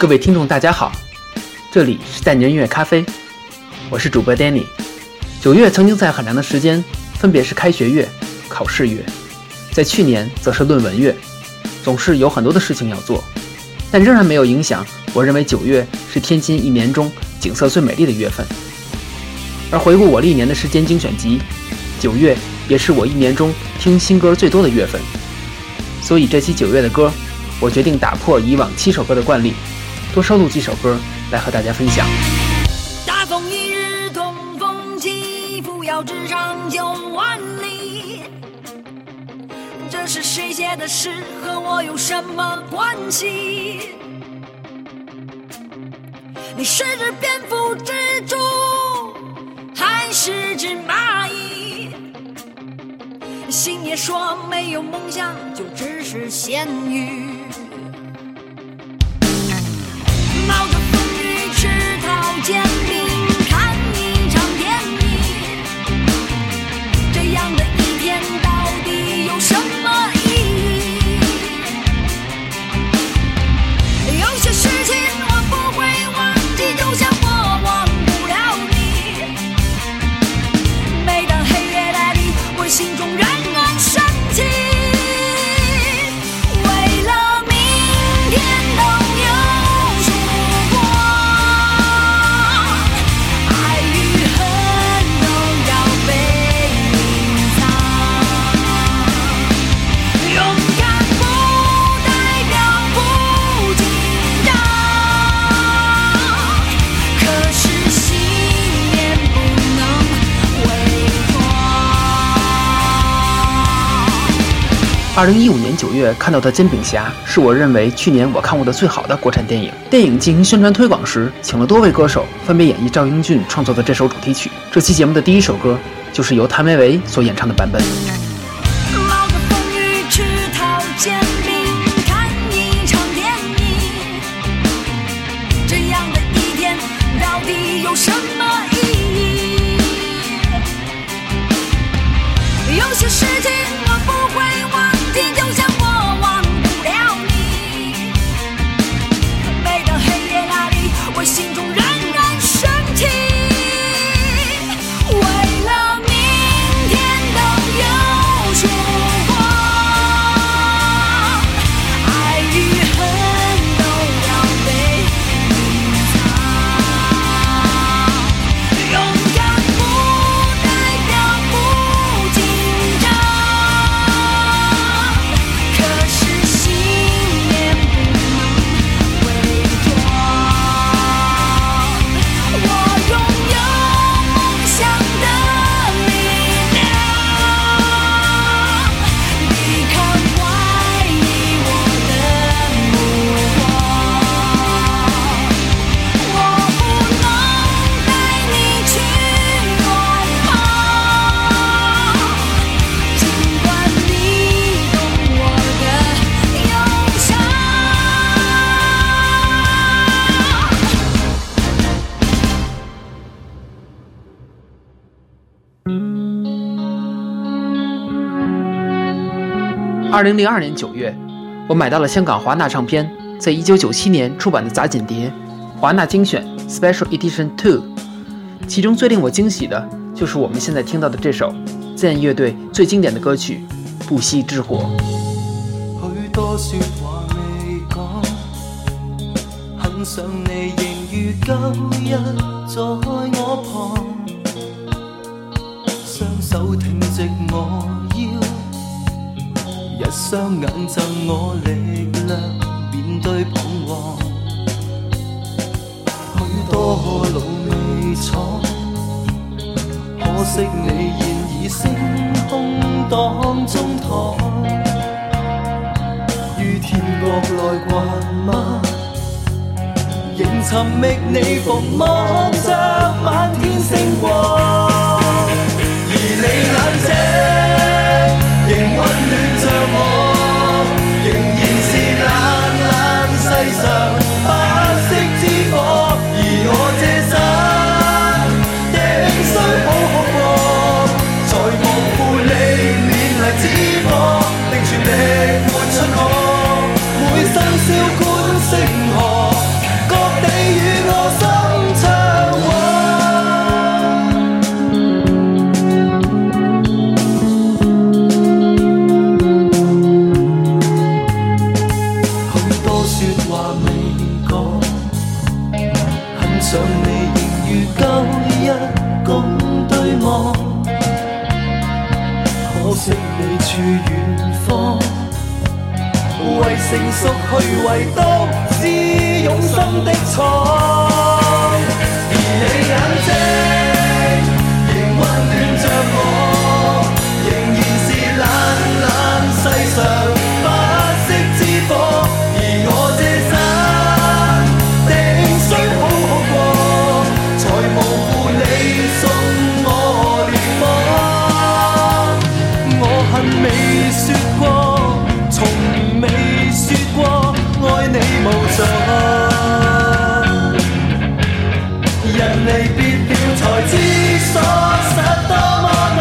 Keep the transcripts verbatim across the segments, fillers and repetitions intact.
各位听众大家好，这里是带你音乐咖啡，我是主播 Danny。 九月曾经在很长的时间分别是开学月、考试月，在去年则是论文月，总是有很多的事情要做，但仍然没有影响我认为九月是天津一年中景色最美丽的月份。而回顾我历年的时间精选集，九月也是我一年中听新歌最多的月份，所以这期九月的歌，我决定打破以往七首歌的惯例，多收录几首歌来和大家分享。 大风一日东风起，扶摇直长九万里。这是谁写的诗，和我有什么关系？你是只蝙蝠蜘蛛，还是只蚂蚁？星爷说没有梦想就只是咸鱼。冒着风雨吃套煎饼，看一场电影，这样的一天到底有什么意义？有些事情我不会忘记，就像我忘不了你。每当黑夜来临，我心中仍然升起，为了明天都有曙光，爱与恨都要被隐藏。勇敢不代表不紧张，可是信念不能伪装。 二零一五年九月看到的《煎饼侠》是我认为去年我看过的最好的国产电影。电影进行宣传推广时，请了多位歌手分别演绎赵英俊创作的这首主题曲。这期节目的第一首歌就是由谭维维所演唱的版本。 冒着风雨吃套煎饼，看一场电影，这样的一天到底有什么意义？有些事情我不会忘记，就像我忘不了你。每当黑夜来临，我心中仍然升起，为了明天都有曙光，爱与恨都要被隐藏。勇敢不代表不紧张，可是信念不能伪装。我拥有梦想的力量，抵抗怀疑我的目光。我不能带你去远方，尽管你懂我的忧伤。 二零零二年九月，我买到了香港华纳唱片在一九九七年出版的杂锦碟《华纳精选 Special Edition 二》，其中最令我惊喜的就是我们现在听到的这首 Zen 乐隊最经典的歌曲《不息之火》。 許多說話未講，很想你仍如舊日在我旁，雙手挺直我腰，一雙眼贈我力量面對彷徨。許多路未闖，可惜你現已升空當中躺。於天國內困嗎？仍尋覓你，逢望着漫天星光。而你眼睛仍溫暖着我，仍然是冷冷世上白色之火。而我這身的雖好可過，在無負你勉勵之火，定全力活出我。每生肖觀星河， 處遠方，為成熟去唯獨是用心的錯。而你眼睛仍溫暖着我，仍然是懶懶世上不息之火。而我這生定須好好過，才無負你送我烈火。我恨未說過，從未說過愛你無盡。人離別了才知所實多麼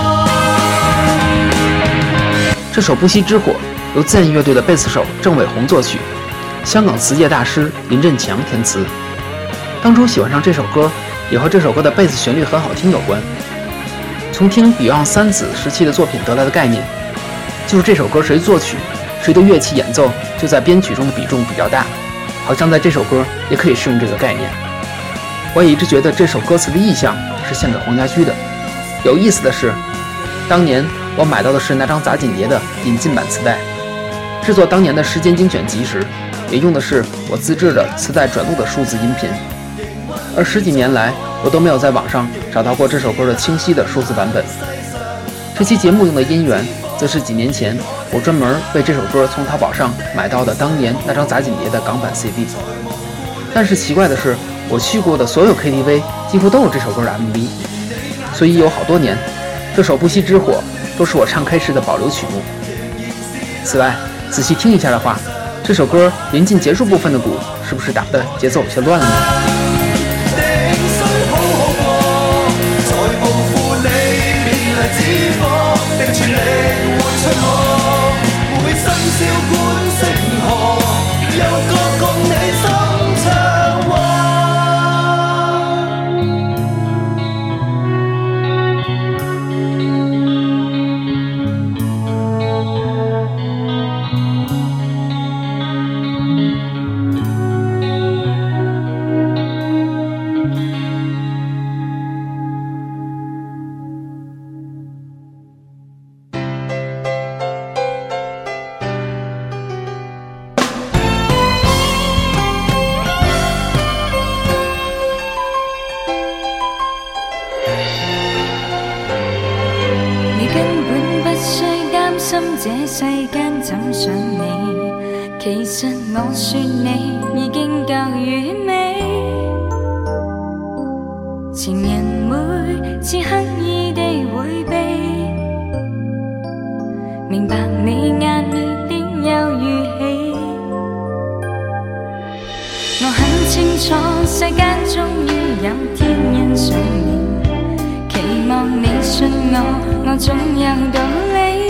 愛。 这首《不息之火》由自然乐队的贝斯手郑伟鸿作曲，香港词界大师林振强填词。当初喜欢上这首歌，也和这首歌的贝斯旋律很好听有关。从听 Beyond 三子时期的作品得来的概念，就是这首歌谁作曲，谁的乐器演奏就在编曲中的比重比较大，好像在这首歌也可以适用这个概念。我也一直觉得这首歌词的意象是献给黄家驹的。有意思的是，当年我买到的是那张杂锦碟的引进版磁带，制作当年的时间精选集时，也用的是我自制的磁带转录的数字音频。而十几年来，我都没有在网上找到过这首歌的清晰的数字版本。这期节目用的音源，则是几年前我专门为这首歌从淘宝上买到的当年那张杂锦碟的港版 C D。但是奇怪的是，我去过的所有 K T V 几乎都有这首歌的 M V， 所以有好多年，这首《不息之火》都是我唱 K 时的保留曲目。此外，仔细听一下的话，这首歌临近结束部分的鼓是不是打的節奏有些亂了呢？ 這世間怎想你？其實我說你已經夠完美。情人每次刻意地迴避，明白你眼裏必有預期。我很清楚世間終於有天欣賞你，期望你信我，我總有道理。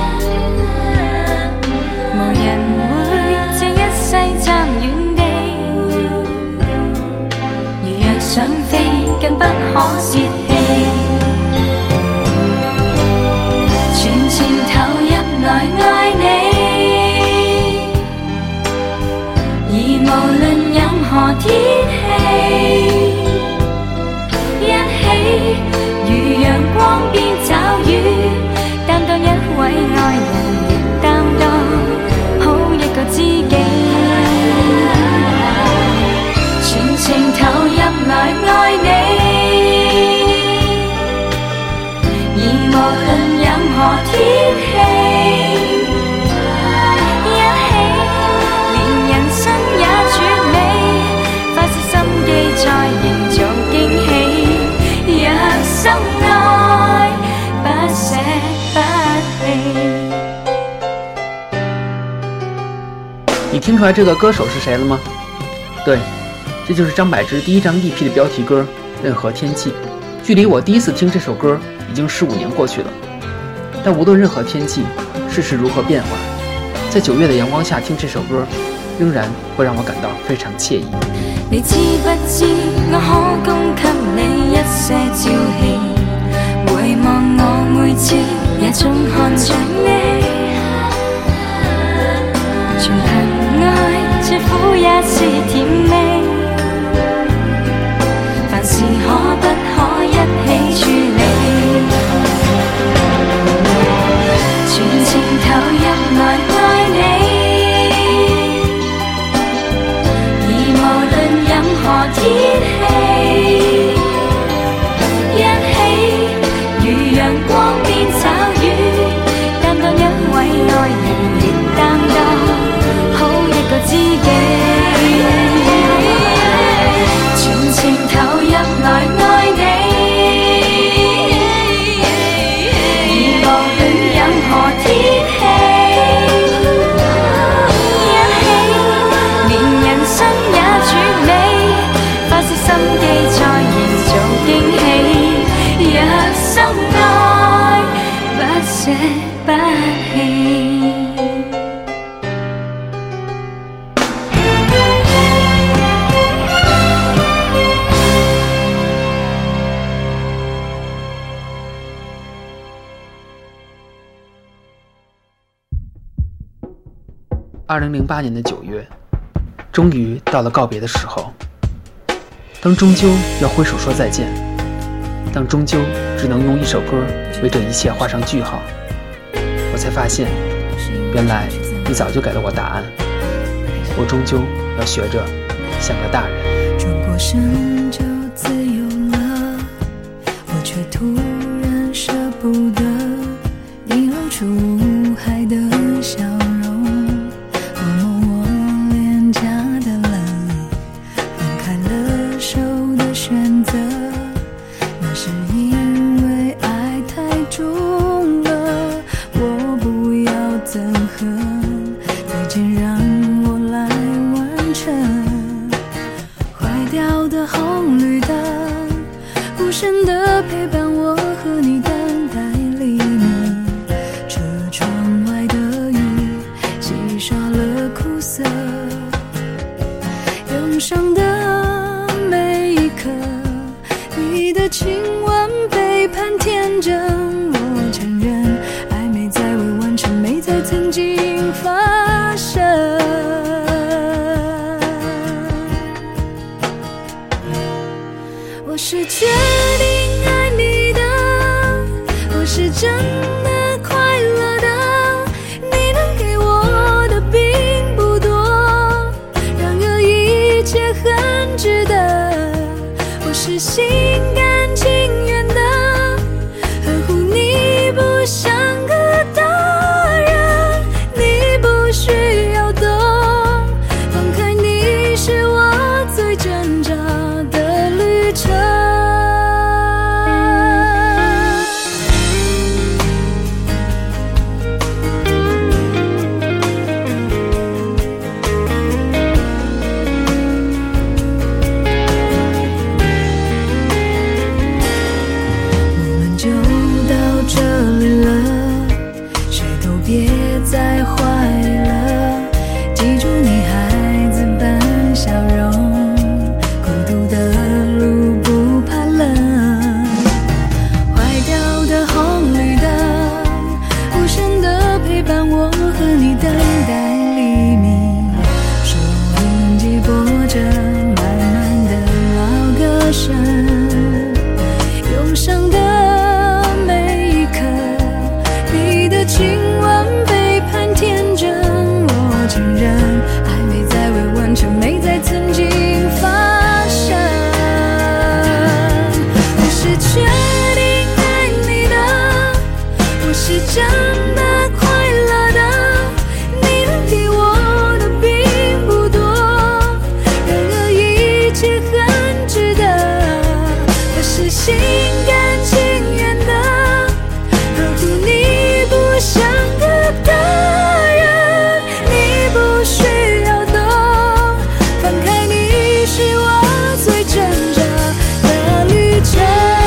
無人會這一世站遠地，如若想飛更不可泄氣，全情投入來愛你，而無論任何天氣，一起如陽光變驟雨，擔當一位愛人，亦擔當個知己，全情投入來愛你，而無論任何天氣，一起連人生也絕美，花些心機再營造驚喜，若深愛不捨不棄。 你听出来这个歌手是谁了吗？对，这就是张柏芝第一张 E P 的标题歌《任何天气》。距离我第一次听这首歌已经十五年过去了，但无论任何天气，世事如何变化，在九月的阳光下听这首歌，仍然会让我感到非常惬意。 你知不知我可供給你一些朝氣，回望我每次也總看着你，全憑愛這苦也是甜味，凡事可不可一起處理，全相愛，不捨不棄。 二零零八年的九月，终于到了告别的时候。当终究要挥手说再见，当终究只能用一首歌为这一切画上句号，我才发现，原来你早就给了我答案。我终究要学着像个大人。 转过身就自由了，我却突然舍不得你露出无害的笑容。上的每一刻，你的亲吻背叛天真，我承认爱没在未完成，没在曾经发生。我是决定爱你的，我是真的快乐的，你能给我的并不多，然而一切很值得。我是心甘情愿的，呵护你不像个大人，你不需要懂，放开你是我最挣扎的旅程。别再坏了，记住你孩子般笑容，孤独的路不怕冷，坏掉的红绿灯，无声的陪伴我和你等待黎明，收音机播着慢慢的老歌声，忧伤的每一刻，你的情天真，我承认爱没在未完成，没在曾经发生。我是决定爱你的，我是真的快乐的，你能给我的并不多，然而一切很值得。我是心甘情愿的，呵护你不像个大人，不需要懂，放开你是我最挣扎的旅程。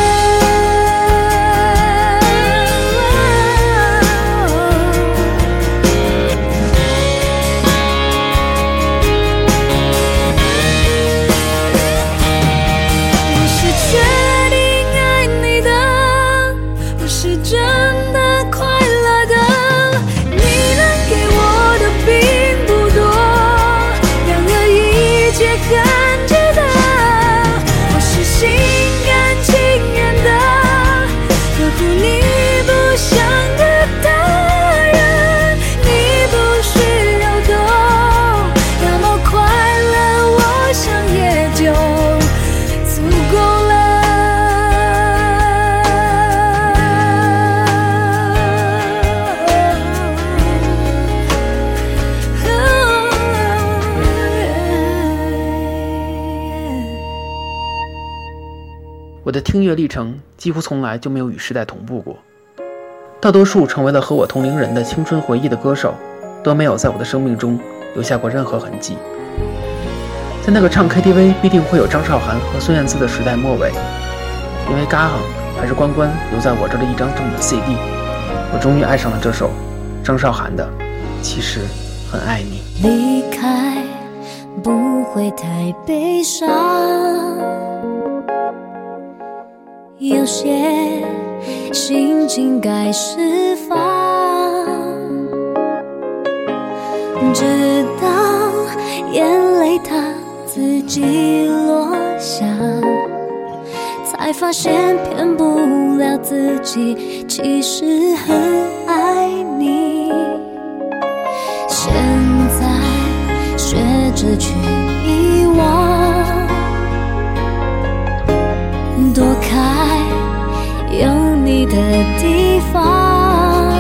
我是决定爱你的，我是真的快乐的，你能给我的并不多，然而一切很值得。我是心甘情愿的，呵护你不像个大人，你不需要懂，那么快乐我想也就足够了。 我的听乐历程几乎从来就没有与时代同步过，大多数成为了和我同龄人的青春回忆的歌手，都没有在我的生命中留下过任何痕迹。在那个唱 K T V 必定会有张韶涵和孙燕姿的时代末尾，因为嘎行还是关关留在我这的一张正的 C D， 我终于爱上了这首张韶涵的《其实很爱你》。 离开不会太悲伤，有些心情该释放，直到眼泪它自己落下，才发现骗不了自己，其实很爱你。现在学着去遗忘，躲开有你的地方，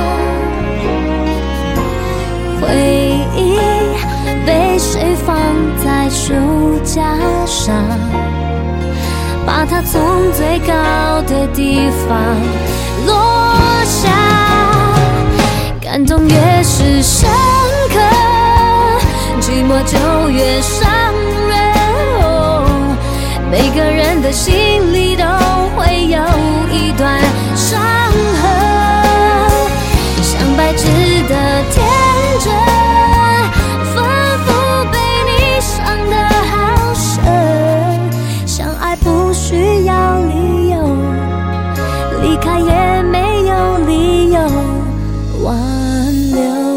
回忆被谁放在书架上，把它从最高的地方落下，感动越是深刻，寂寞就越伤人。哦，每个人的心里都会有一段伤痕，像白纸的天真，反复被你伤得好深。相爱不需要理由，离开也没有理由挽留。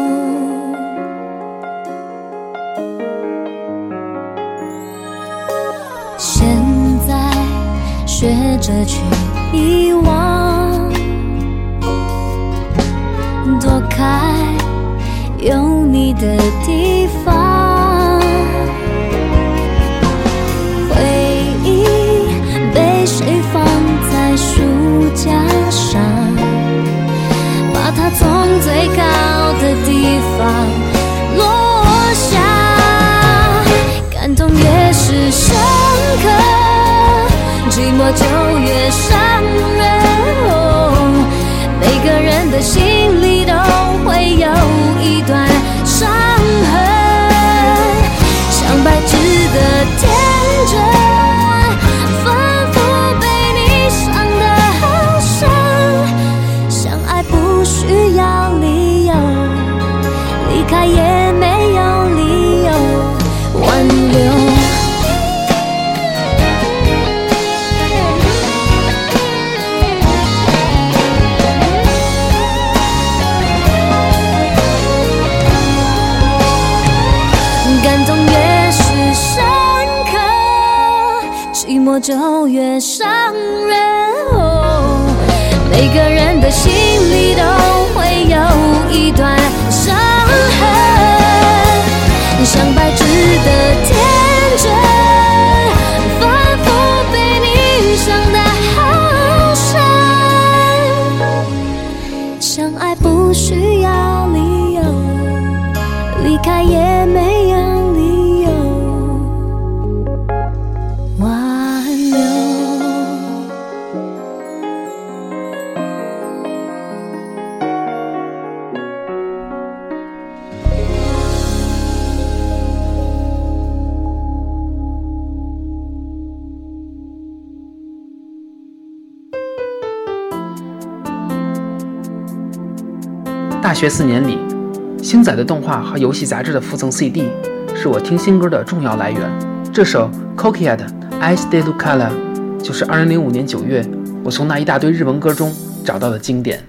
现在学着去遗忘，躲开有你的地方，回忆被谁放在书架上，把它从最高的地方落下，感动越是深刻，寂寞就越伤人。哦，每个人的心里都会有一段伤痕，像白纸的天真，反复被你伤得好深。相爱不需要理由，离开也没有理由挽留。感动越是深刻，寂寞就越伤人。哦，每个人的心里都会有一段伤痕，像白纸的天真，反复被你伤得好深。相爱不需要理由，离开也没有理由挽留。 大学四年里，星仔的动画和游戏杂志的附赠 C D 是我听新歌的重要来源。这首 Kokia 的 I Stay Lukala 就是二零零五年九月我从那一大堆日文歌中找到的经典。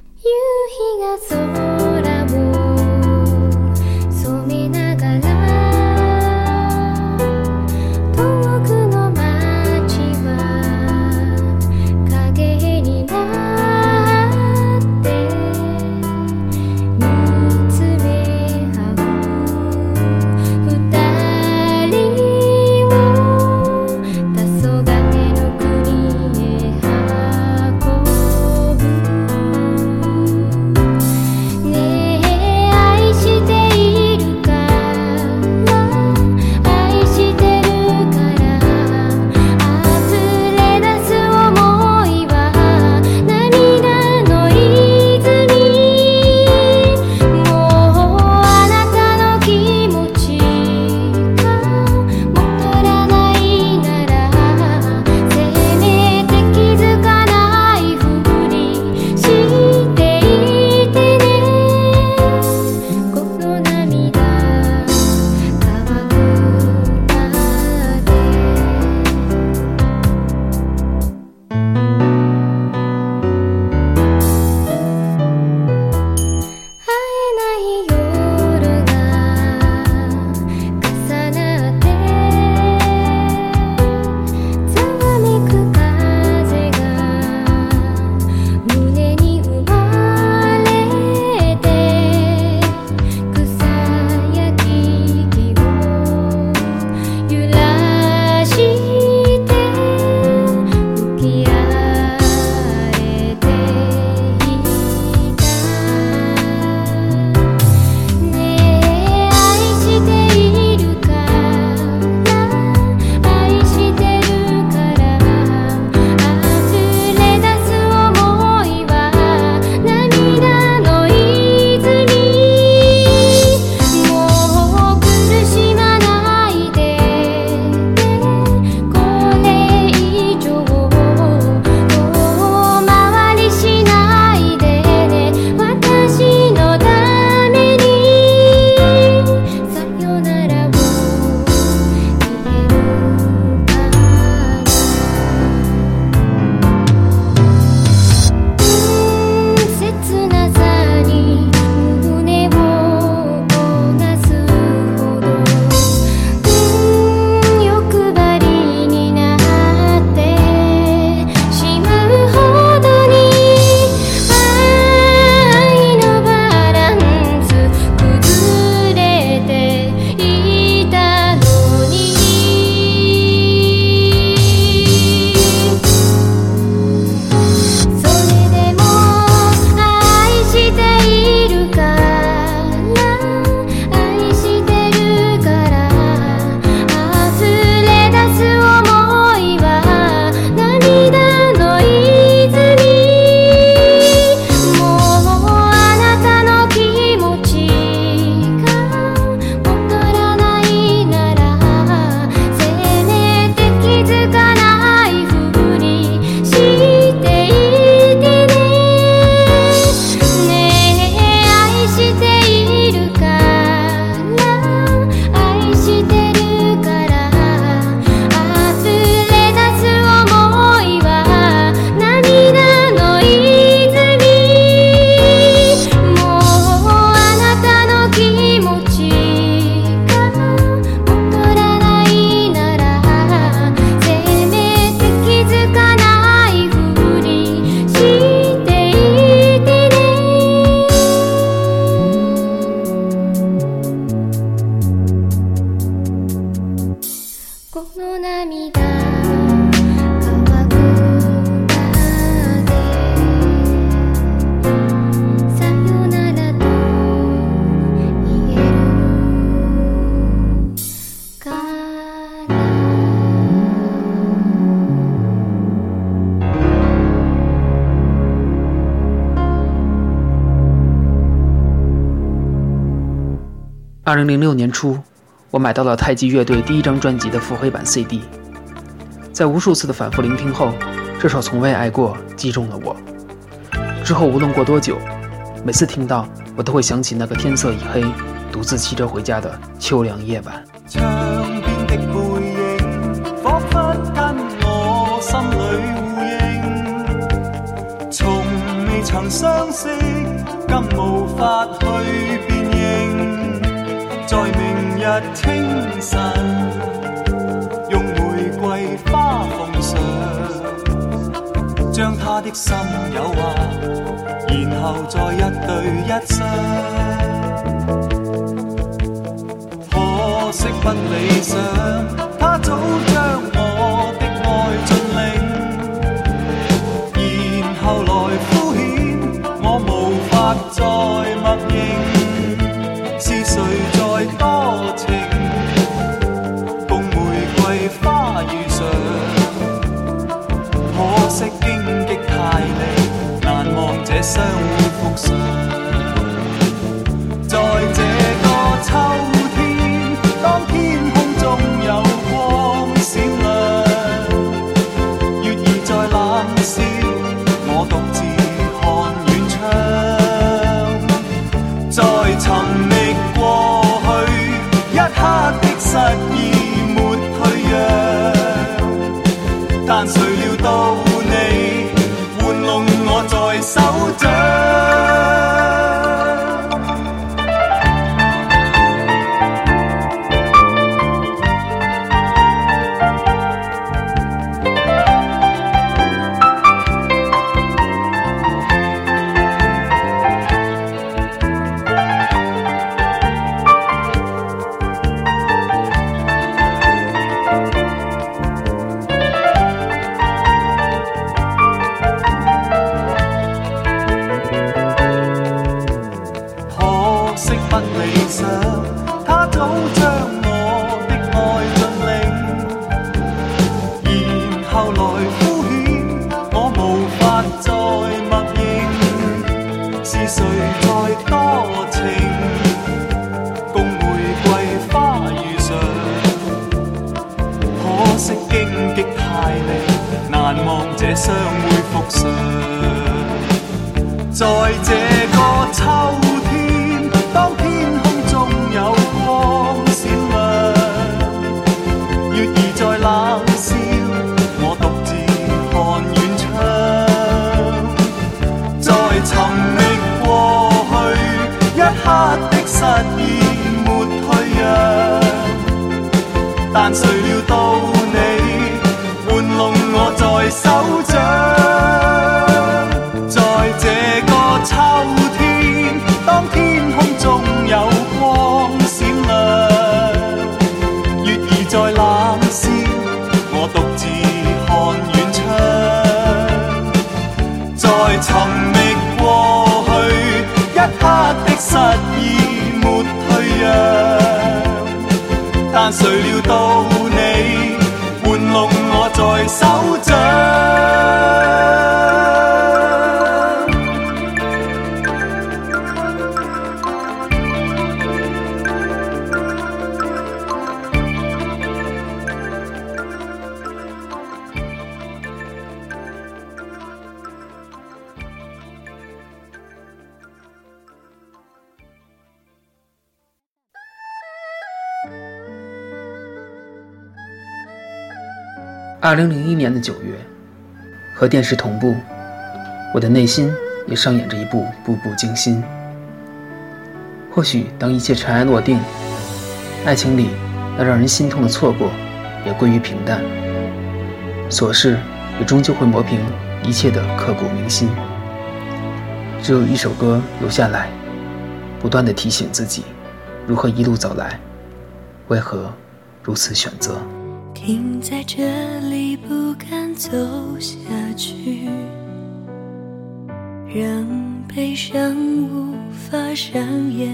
二零零六年初，我买到了太极乐队第一张专辑的复黑版 C D。在无数次的反复聆听后，这首《从未爱过》击中了我。之后无论过多久，每次听到，我都会想起那个天色已黑，独自骑车回家的秋凉夜晚。 窗邊的背影，彷彿跟我心裏呼應，從未曾相識，更無法去辨認。在明日清晨，用玫瑰花奉上，將他的心誘惑，然後再一對一雙。可惜不理想，他早將我的愛盡領，然後來敷衍，我無法再默認。是誰在多情，共玫瑰花遇上？可惜荊棘太利，難望這相會復常。在這個秋天，當天空中有光閃亮，月兒在冷笑，我獨自看遠窗。在尋覓過去一刻的失意沒退讓，但誰料到你玩弄我在手掌。不理想，他早將我的愛盡領，然後來敷衍，我無法再默認。是誰在多情，共玫瑰花遇上？可惜荊棘太利，難望這相會復常。在這個秋天，當天空中有光閃亮，月兒在冷笑，我獨自看遠窗。在尋覓過去一刻的失意沒退讓，但誰料到你玩弄我在手掌。在這個秋天，當天空中有光閃亮，月兒在冷笑，我獨自看遠窗。在尋覓過去一刻的失意沒退讓，但誰料到你玩弄我在手掌。 二零零一年的九月，和电视同步，我的内心也上演着一部《步步惊心》。或许当一切尘埃落定，爱情里那让人心痛的错过也归于平淡，琐事也终究会磨平一切的刻骨铭心。只有一首歌留下来，不断地提醒自己如何一路走来，为何如此选择。 停在这里不敢走下去，让悲伤无法上演。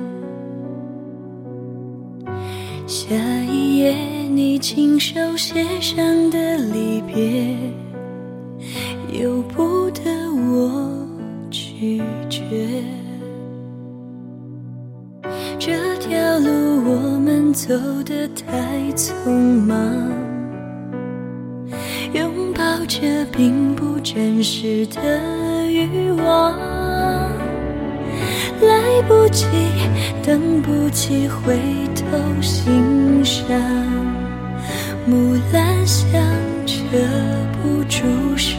下一页你亲手写上的离别，由不得我拒绝。这条路们走得太匆忙，拥抱着并不真实的欲望，来不及，等不及回头欣赏，木兰香遮不住伤，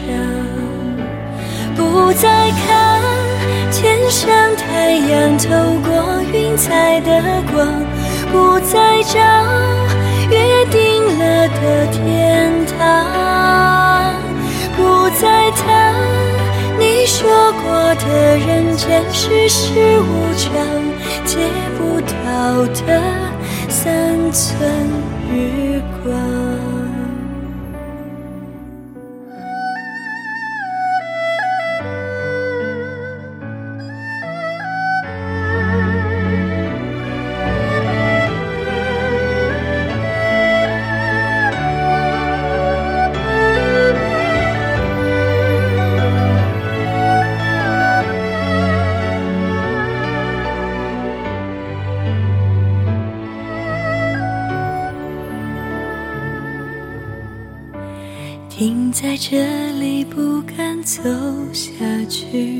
不再看天上太阳透过云彩的光，不再找约定了的天堂，不再谈你说过的人间世事无常，借不到的三寸日光。停在这里不敢走下去，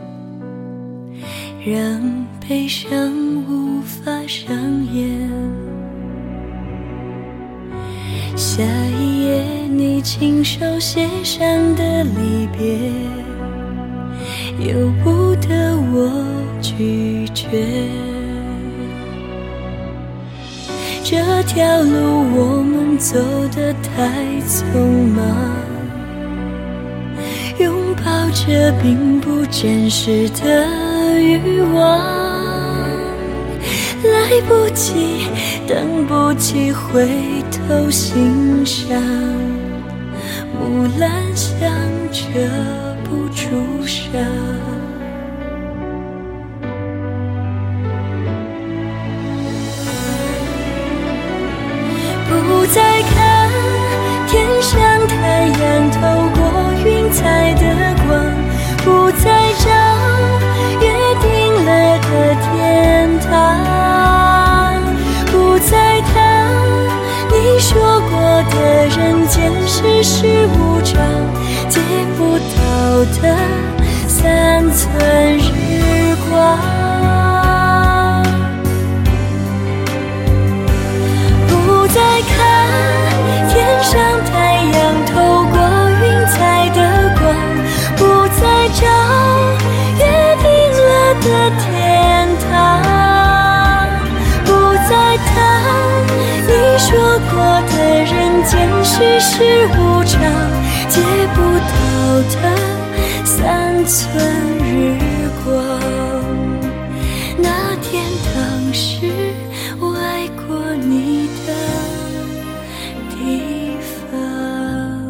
让悲伤无法上演。下一页你亲手写上的离别，由不得我拒绝。这条路我们走得太匆忙，拥抱着并不真实的欲望，来不及，等不及回头欣赏，木兰香遮不住伤。不再看天上太阳透过云彩的光，不再找约定了的天堂，不再谈你说过的人间世事无常，借不到的三寸日光。不再看天上太阳透过云彩的光，不再找约定了的天堂，不再谈你说过的人间世事无常，借不到的三寸日光。那天当时我爱过你的地方。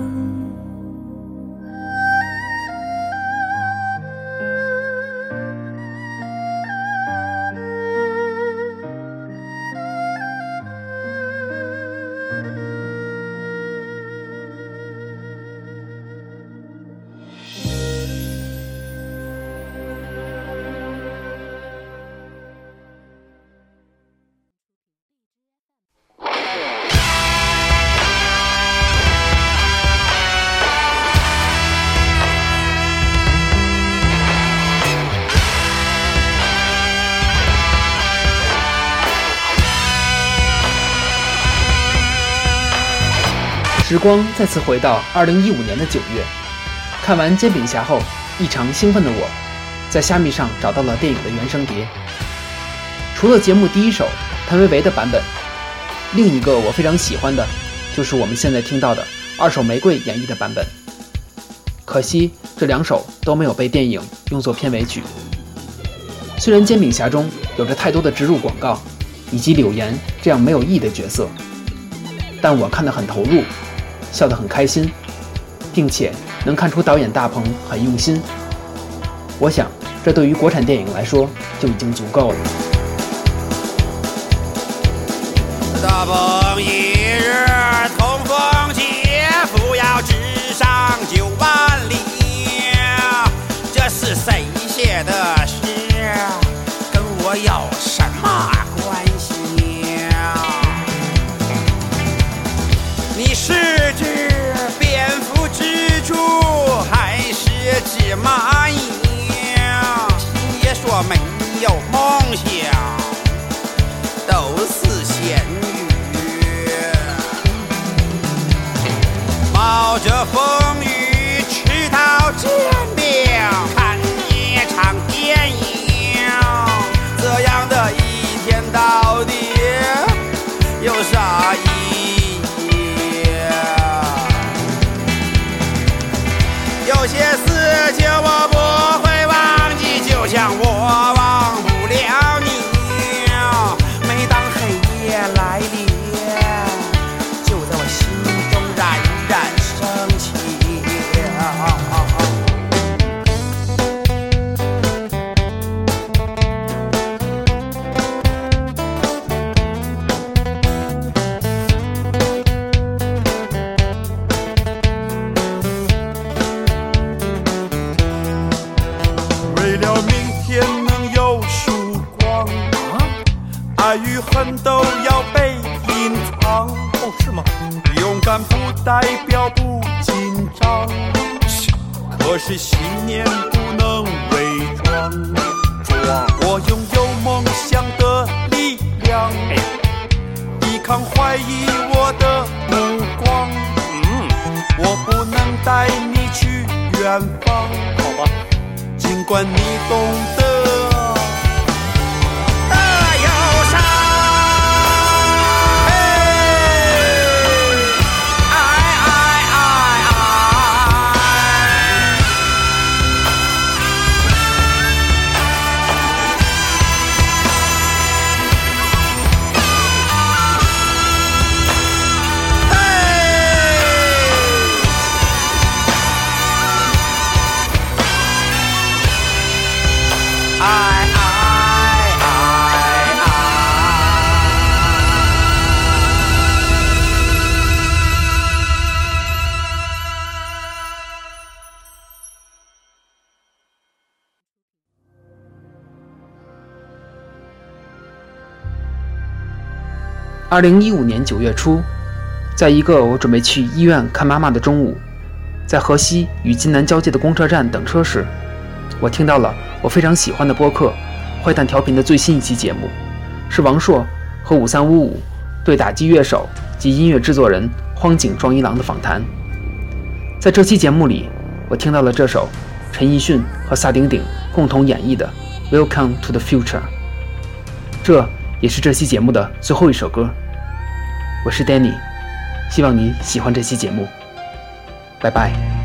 时光再次回到二零一五年的九月，看完《煎饼侠》后，异常兴奋的我，在虾米上找到了电影的原声碟。除了节目第一首谭维维的版本，另一个我非常喜欢的，就是我们现在听到的二手玫瑰演绎的版本。可惜这两首都没有被电影用作片尾曲。虽然《煎饼侠》中有着太多的植入广告，以及柳岩这样没有意义的角色，但我看得很投入，笑得很开心，并且能看出导演大鹏很用心。我想这对于国产电影来说就已经足够了。 大鹏一日通风街，扶摇直上九万里，这是谁写的诗？跟我有什么关系？ 想我忘不了你。每当黑夜来临，就在我心中冉冉升起。 为了明天能有曙光，爱与恨都要被隐藏。 哦，是吗？ 勇敢不代表不紧张，可是信念不能伪装。装，我拥有梦想的力量，抵抗怀疑我的目光。嗯，我不能带你去远方，好吧？尽管你懂得的忧伤，爱爱爱爱，爱爱爱爱。 二零一五年九月初，在一个我准备去医院看妈妈的中午，在河西与津南交界的公车站等车时，我听到了我非常喜欢的播客坏蛋调频的最新一期节目，是王朔和五三五五对打击乐手及音乐制作人荒井壮一郎的访谈。在这期节目里，我听到了这首陈奕迅和萨顶顶共同演绎的 Welcome to the Future， 这也是这期节目的最后一首歌。我是 Danny， 希望你喜欢这期节目，拜拜。